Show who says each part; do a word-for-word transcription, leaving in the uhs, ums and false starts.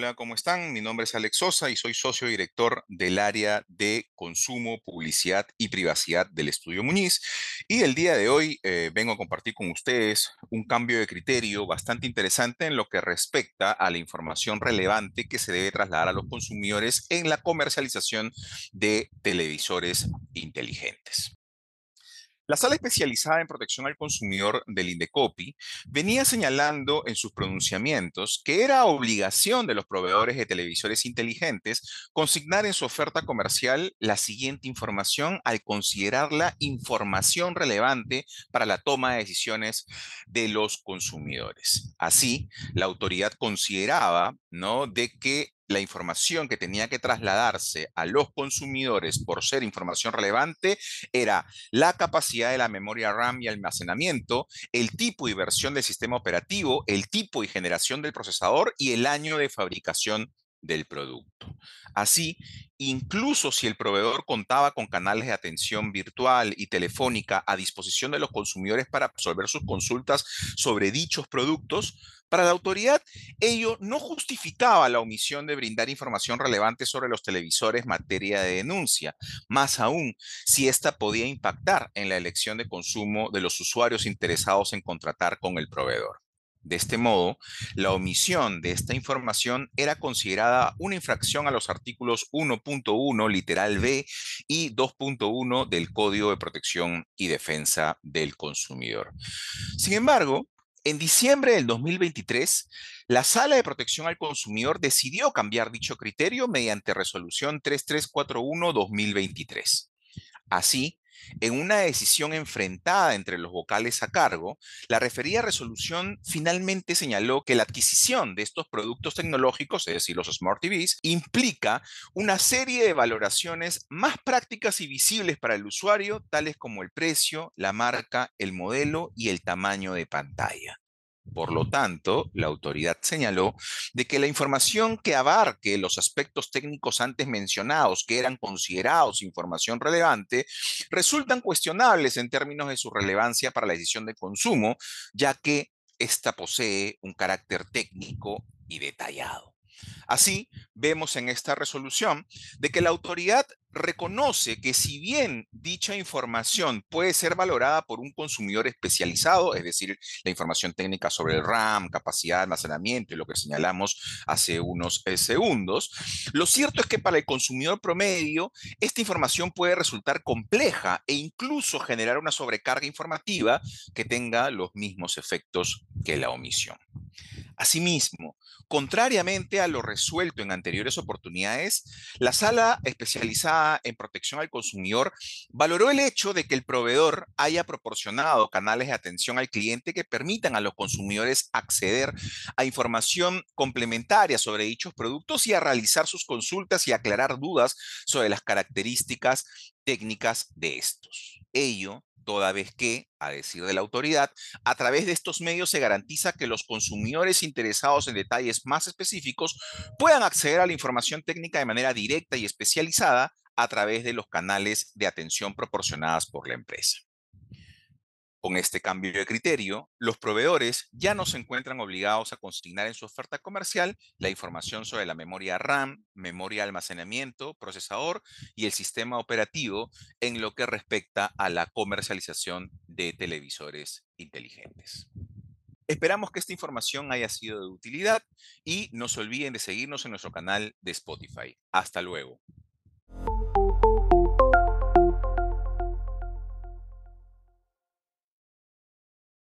Speaker 1: Hola, ¿cómo están? Mi nombre es Alex Sosa y soy socio director del área de consumo, publicidad y privacidad del Estudio Muñiz. Y el día de hoy eh, vengo a compartir con ustedes un cambio de criterio bastante interesante en lo que respecta a la información relevante que se debe trasladar a los consumidores en la comercialización de televisores inteligentes. La Sala Especializada en Protección al Consumidor del Indecopi venía señalando en sus pronunciamientos que era obligación de los proveedores de televisores inteligentes consignar en su oferta comercial la siguiente información al considerarla información relevante para la toma de decisiones de los consumidores. Así, la autoridad consideraba, ¿no?, de que la información que tenía que trasladarse a los consumidores por ser información relevante era la capacidad de la memoria RAM y almacenamiento, el tipo y versión del sistema operativo, el tipo y generación del procesador y el año de fabricación del producto. Así, incluso si el proveedor contaba con canales de atención virtual y telefónica a disposición de los consumidores para resolver sus consultas sobre dichos productos, para la autoridad ello no justificaba la omisión de brindar información relevante sobre los televisores materia de denuncia. Más aún, si ésta podía impactar en la elección de consumo de los usuarios interesados en contratar con el proveedor. De este modo, la omisión de esta información era considerada una infracción a los artículos uno punto uno, literal B, y dos punto uno del Código de Protección y Defensa del Consumidor. Sin embargo, en diciembre del dos mil veintitrés, la Sala de Protección al Consumidor decidió cambiar dicho criterio mediante resolución tres tres cuatro uno dos mil veintitrés. Así, en una decisión enfrentada entre los vocales a cargo, la referida resolución finalmente señaló que la adquisición de estos productos tecnológicos, es decir, los Smart T Vs, implica una serie de valoraciones más prácticas y visibles para el usuario, tales como el precio, la marca, el modelo y el tamaño de pantalla. Por lo tanto, la autoridad señaló de que la información que abarque los aspectos técnicos antes mencionados, que eran considerados información relevante, resultan cuestionables en términos de su relevancia para la decisión de consumo, ya que ésta posee un carácter técnico y detallado. Así, vemos en esta resolución de que la autoridad reconoce que si bien dicha información puede ser valorada por un consumidor especializado, es decir, la información técnica sobre el RAM, capacidad de almacenamiento y lo que señalamos hace unos eh, segundos, lo cierto es que para el consumidor promedio, esta información puede resultar compleja e incluso generar una sobrecarga informativa que tenga los mismos efectos que la omisión. Asimismo, contrariamente a lo resuelto en anteriores oportunidades, la Sala Especializada en Protección al Consumidor valoró el hecho de que el proveedor haya proporcionado canales de atención al cliente que permitan a los consumidores acceder a información complementaria sobre dichos productos y a realizar sus consultas y aclarar dudas sobre las características técnicas de estos. Ello toda vez que, a decir de la autoridad, a través de estos medios se garantiza que los consumidores interesados en detalles más específicos puedan acceder a la información técnica de manera directa y especializada a través de los canales de atención proporcionadas por la empresa. Con este cambio de criterio, los proveedores ya no se encuentran obligados a consignar en su oferta comercial la información sobre la memoria RAM, memoria de almacenamiento, procesador y el sistema operativo en lo que respecta a la comercialización de televisores inteligentes. Esperamos que esta información haya sido de utilidad y no se olviden de seguirnos en nuestro canal de Spotify. Hasta luego.